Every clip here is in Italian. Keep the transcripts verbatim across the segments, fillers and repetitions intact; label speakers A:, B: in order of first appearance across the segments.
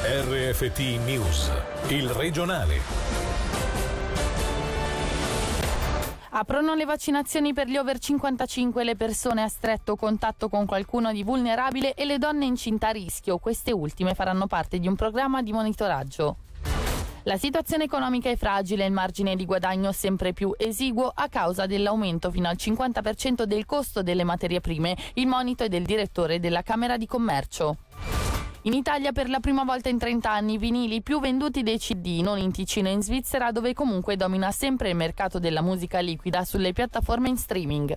A: R F T News, il regionale.
B: Aprono le vaccinazioni per gli over cinquantacinque, le persone a stretto contatto con qualcuno di vulnerabile e le donne incinta a rischio. Queste ultime faranno parte di un programma di monitoraggio. La situazione economica è fragile e il margine di guadagno sempre più esiguo a causa dell'aumento fino al cinquanta per cento del costo delle materie prime. Il monito è del direttore della Camera di Commercio. In Italia per la prima volta in trenta anni i vinili più venduti dei C D, non in Ticino e in Svizzera, dove comunque domina sempre il mercato della musica liquida sulle piattaforme in streaming.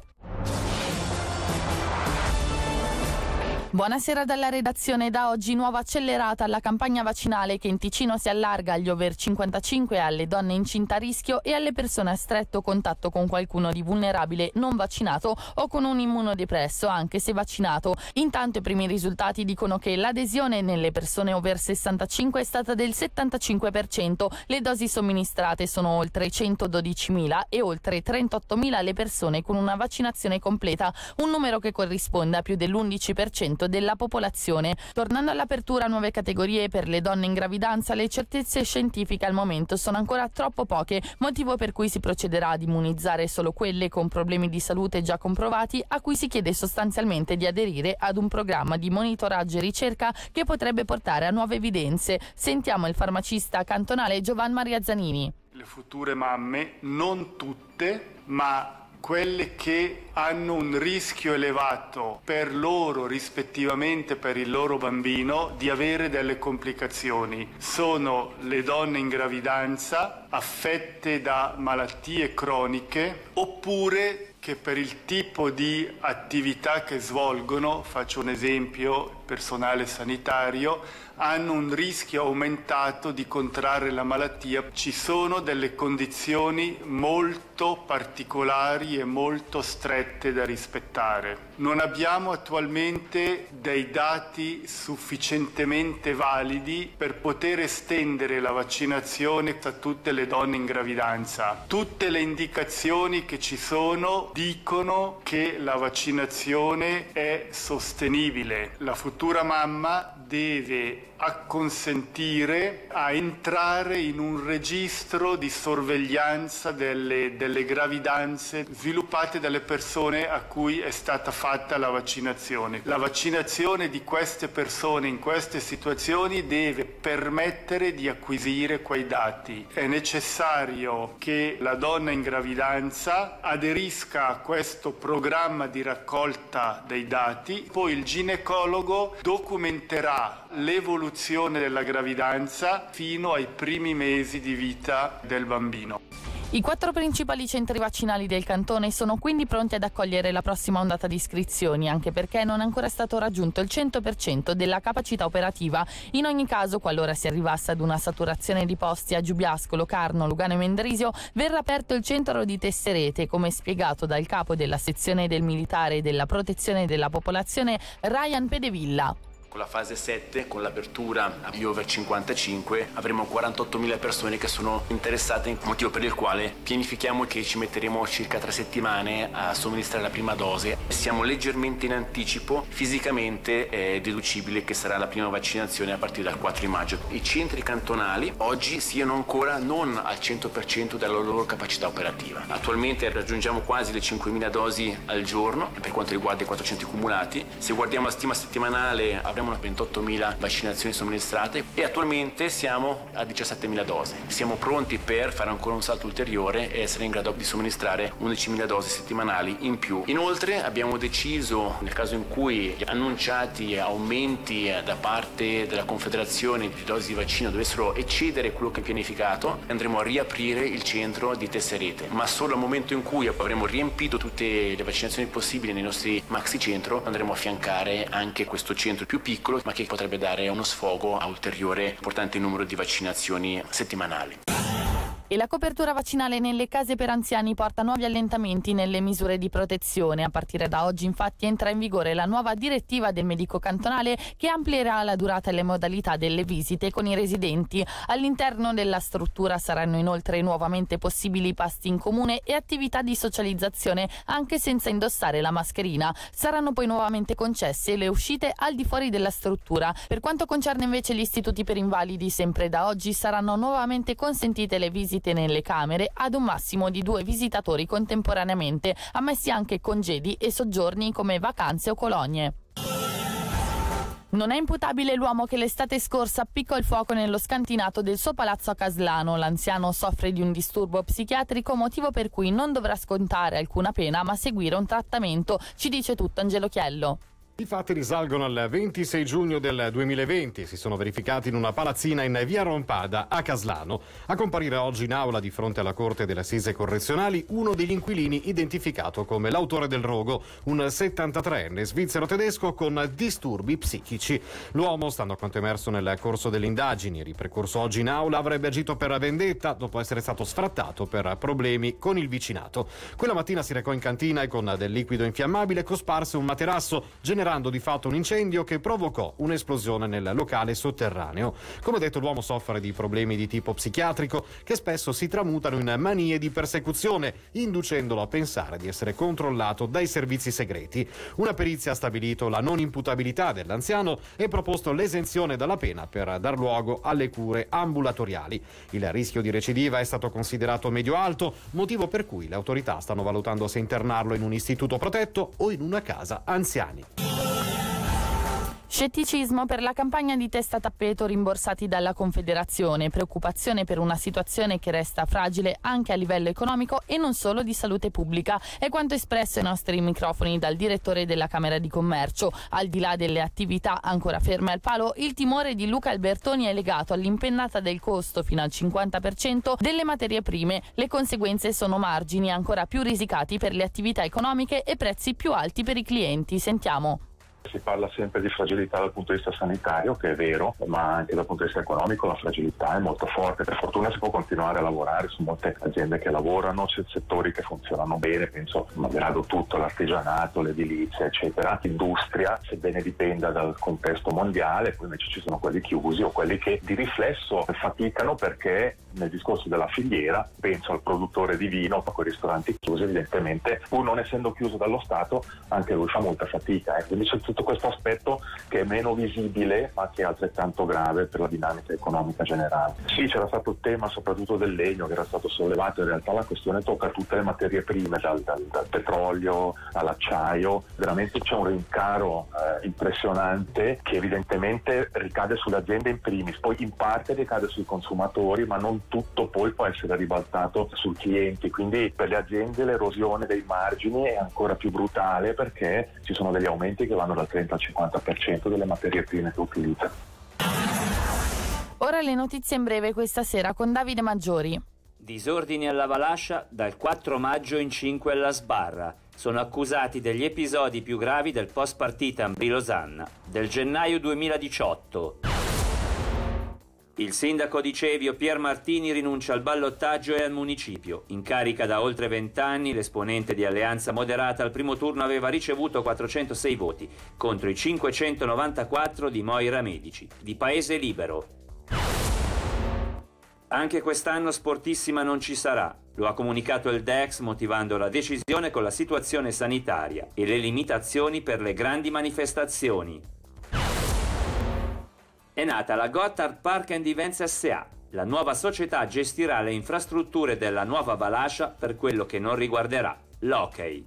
B: Buonasera dalla redazione. Da oggi nuova accelerata alla campagna vaccinale che in Ticino si allarga agli over cinquantacinque, alle donne incinta a rischio e alle persone a stretto contatto con qualcuno di vulnerabile non vaccinato o con un immunodepresso anche se vaccinato. Intanto i primi risultati dicono che l'adesione nelle persone over sessantacinque è stata del settantacinque per cento. Le dosi somministrate sono oltre centododicimila e oltre trentottomila le persone con una vaccinazione completa, un numero che corrisponde a più dell'undici per cento della popolazione. Tornando all'apertura a nuove categorie per le donne in gravidanza, le certezze scientifiche al momento sono ancora troppo poche, motivo per cui si procederà ad immunizzare solo quelle con problemi di salute già comprovati, a cui si chiede sostanzialmente di aderire ad un programma di monitoraggio e ricerca che potrebbe portare a nuove evidenze. Sentiamo il farmacista cantonale Giovan Maria Zanini.
C: Le future mamme, non tutte, ma quelle che hanno un rischio elevato per loro rispettivamente per il loro bambino di avere delle complicazioni sono le donne in gravidanza affette da malattie croniche oppure che per il tipo di attività che svolgono, faccio un esempio, personale sanitario, hanno un rischio aumentato di contrarre la malattia. Ci sono delle condizioni molto particolari e molto strette da rispettare. Non abbiamo attualmente dei dati sufficientemente validi per poter estendere la vaccinazione a tutte le donne in gravidanza. Tutte le indicazioni che ci sono dicono che la vaccinazione è sostenibile. La futura mamma deve acconsentire a entrare in un registro di sorveglianza delle, delle gravidanze sviluppate dalle persone a cui è stata fatta la vaccinazione. La vaccinazione di queste persone in queste situazioni deve permettere di acquisire quei dati. È necessario che la donna in gravidanza aderisca a questo programma di raccolta dei dati, poi il ginecologo documenterà l'evoluzione della gravidanza fino ai primi mesi di vita del bambino.
B: I quattro principali centri vaccinali del cantone sono quindi pronti ad accogliere la prossima ondata di iscrizioni, anche perché non è ancora stato raggiunto il cento per cento della capacità operativa. In ogni caso, qualora si arrivasse ad una saturazione di posti a Giubiasco, Locarno, Lugano e Mendrisio, verrà aperto il centro di Tesserete, come spiegato dal capo della sezione del militare e della protezione della popolazione, Ryan Pedevilla.
D: Con la fase sette, con l'apertura agli over cinquantacinque, avremo quarantottomila persone che sono interessate, motivo per il quale pianifichiamo che ci metteremo circa tre settimane a somministrare la prima dose. Siamo leggermente in anticipo, fisicamente è deducibile che sarà la prima vaccinazione a partire dal quattro di maggio. I centri cantonali oggi siano ancora non al cento per cento della loro capacità operativa. Attualmente raggiungiamo quasi le cinquemila dosi al giorno per quanto riguarda i quattro centri cumulati. Se guardiamo la stima settimanale avremo ventottomila vaccinazioni somministrate e attualmente siamo a diciassettemila dosi. Siamo pronti per fare ancora un salto ulteriore e essere in grado di somministrare undicimila dosi settimanali in più. Inoltre abbiamo deciso, nel caso in cui gli annunciati aumenti da parte della Confederazione di dosi di vaccino dovessero eccedere quello che è pianificato, andremo a riaprire il centro di Tesserete, ma solo al momento in cui avremo riempito tutte le vaccinazioni possibili nei nostri maxi centro andremo a affiancare anche questo centro più piccolo piccolo, ma che potrebbe dare uno sfogo a ulteriore importante numero di vaccinazioni settimanali.
B: E la copertura vaccinale nelle case per anziani porta nuovi allentamenti nelle misure di protezione. A partire da oggi infatti entra in vigore la nuova direttiva del medico cantonale che amplierà la durata e le modalità delle visite con i residenti. All'interno della struttura saranno inoltre nuovamente possibili pasti in comune e attività di socializzazione anche senza indossare la mascherina. Saranno poi nuovamente concesse le uscite al di fuori della struttura. Per quanto concerne invece gli istituti per invalidi, sempre da oggi saranno nuovamente consentite le visite nelle camere ad un massimo di due visitatori contemporaneamente, ammessi anche congedi e soggiorni come vacanze o colonie. Non è imputabile l'uomo che l'estate scorsa appiccò il fuoco nello scantinato del suo palazzo a Caslano. L'anziano soffre di un disturbo psichiatrico, motivo per cui non dovrà scontare alcuna pena ma seguire un trattamento. Ci dice tutto Angelo Chiello.
E: I fatti risalgono al ventisei giugno del duemilaventi, si sono verificati in una palazzina in via Rompada a Caslano. A comparire oggi in aula di fronte alla Corte delle Assise Correzionali uno degli inquilini identificato come l'autore del rogo, un settantatreenne svizzero tedesco con disturbi psichici. L'uomo, stando a quanto emerso nel corso delle indagini, ripercorso oggi in aula, avrebbe agito per vendetta dopo essere stato sfrattato per problemi con il vicinato. Quella mattina si recò in cantina e con del liquido infiammabile cosparse un materasso, generando di fatto un incendio che provocò un'esplosione nel locale sotterraneo. Come detto, l'uomo soffre di problemi di tipo psichiatrico che spesso si tramutano in manie di persecuzione, inducendolo a pensare di essere controllato dai servizi segreti. Una perizia ha stabilito la non imputabilità dell'anziano e proposto l'esenzione dalla pena per dar luogo alle cure ambulatoriali. Il rischio di recidiva è stato considerato medio-alto, motivo per cui le autorità stanno valutando se internarlo in un istituto protetto o in una casa anziani.
B: Scetticismo per la campagna di test a tappeto rimborsati dalla Confederazione, preoccupazione per una situazione che resta fragile anche a livello economico e non solo di salute pubblica. È quanto espresso ai nostri microfoni dal direttore della Camera di Commercio. Al di là delle attività ancora ferme al palo, il timore di Luca Albertoni è legato all'impennata del costo fino al cinquanta per cento delle materie prime. Le conseguenze sono margini ancora più risicati per le attività economiche e prezzi più alti per i clienti. Sentiamo.
F: Si parla sempre di fragilità dal punto di vista sanitario, che è vero, ma anche dal punto di vista economico la fragilità è molto forte. Per fortuna si può continuare a lavorare su molte aziende che lavorano, c'è settori che funzionano bene, penso malgrado tutto l'artigianato, l'edilizia eccetera. L'industria, sebbene dipenda dal contesto mondiale, poi invece ci sono quelli chiusi o quelli che di riflesso faticano perché nel discorso della filiera, penso al produttore di vino, con i ristoranti chiusi evidentemente, pur non essendo chiuso dallo Stato, anche lui fa molta fatica. Eh. Quindi c'è tutto questo aspetto che è meno visibile ma che è altrettanto grave per la dinamica economica generale. Sì, c'era stato il tema soprattutto del legno che era stato sollevato, in realtà la questione tocca tutte le materie prime, dal, dal, dal petrolio all'acciaio. Veramente c'è un rincaro eh, impressionante che evidentemente ricade sulle aziende in primis, poi in parte ricade sui consumatori, ma non tutto poi può essere ribaltato sui clienti. Quindi per le aziende l'erosione dei margini è ancora più brutale perché ci sono degli aumenti che vanno dal trenta al cinquanta per cento delle materie prime che utilizzano.
B: Ora le notizie in breve questa sera con Davide Maggiori.
G: Disordini alla Valascia, dal quattro maggio in cinque alla Sbarra. Sono accusati degli episodi più gravi del post partita Ambrì-Losanna del gennaio duemiladiciotto. Il sindaco di Cevio Pier Martini rinuncia al ballottaggio e al municipio. In carica da oltre vent'anni, l'esponente di Alleanza Moderata al primo turno aveva ricevuto quattrocentosei voti contro i cinquecentonovantaquattro di Moira Medici, di Paese Libero. Anche quest'anno Sportissima non ci sarà. Lo ha comunicato il D E X motivando la decisione con la situazione sanitaria e le limitazioni per le grandi manifestazioni. È nata la Gotthard Park and Events S A. La nuova società gestirà le infrastrutture della Nuova Valascia per quello che non riguarderà l'hockey.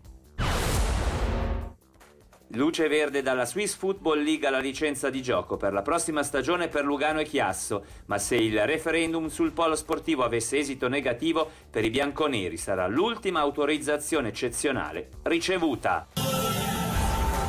G: Luce verde dalla Swiss Football League alla licenza di gioco per la prossima stagione per Lugano e Chiasso, ma se il referendum sul polo sportivo avesse esito negativo, per i bianconeri sarà l'ultima autorizzazione eccezionale ricevuta.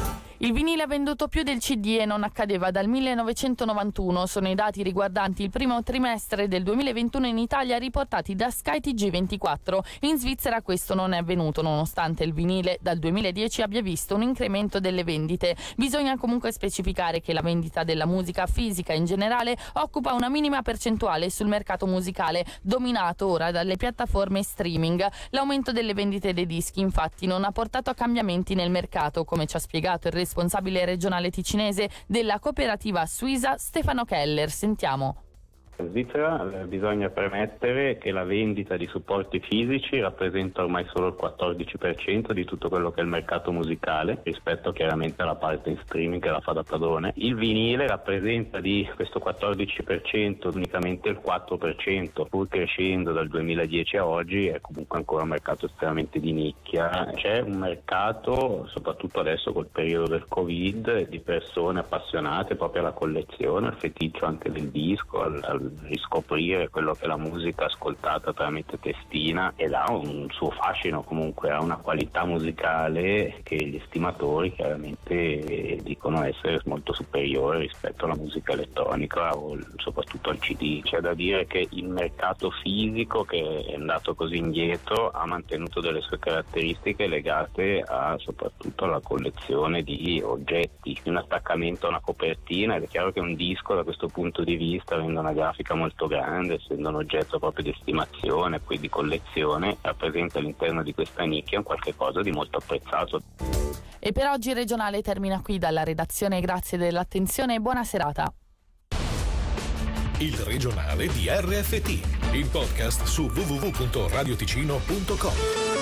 B: Il vinile ha venduto più del C D e non accadeva dal millenovecentonovantuno. Sono i dati riguardanti il primo trimestre del duemilaventuno in Italia riportati da Sky T G ventiquattro. In Svizzera questo non è avvenuto, nonostante il vinile dal duemiladieci abbia visto un incremento delle vendite. Bisogna comunque specificare che la vendita della musica fisica in generale occupa una minima percentuale sul mercato musicale, dominato ora dalle piattaforme streaming. L'aumento delle vendite dei dischi infatti non ha portato a cambiamenti nel mercato, come ci ha spiegato il responsabile regionale ticinese della cooperativa Suisa, Stefano Keller. Sentiamo.
H: In Svizzera bisogna premettere che la vendita di supporti fisici rappresenta ormai solo il quattordici per cento di tutto quello che è il mercato musicale, rispetto chiaramente alla parte in streaming che la fa da padrone. Il vinile rappresenta di questo quattordici per cento unicamente il quattro per cento, pur crescendo dal duemiladieci a oggi è comunque ancora un mercato estremamente di nicchia. C'è un mercato, soprattutto adesso col periodo del Covid, di persone appassionate proprio alla collezione, al feticcio anche del disco, al, al riscoprire quello che è la musica ascoltata tramite testina, ed ha un suo fascino, comunque ha una qualità musicale che gli estimatori chiaramente dicono essere molto superiore rispetto alla musica elettronica o soprattutto al C D. C'è da dire che il mercato fisico, che è andato così indietro, ha mantenuto delle sue caratteristiche legate a soprattutto alla collezione di oggetti, un attaccamento a una copertina, ed è chiaro che un disco da questo punto di vista, avendo una grafica molto grande, essendo un oggetto proprio di estimazione, poi di collezione, rappresenta all'interno di questa nicchia un qualche cosa di molto apprezzato.
B: E per oggi il regionale termina qui. Dalla redazione grazie dell'attenzione e buona serata.
A: Il regionale di R F T, il podcast su w w w punto radioticino punto com.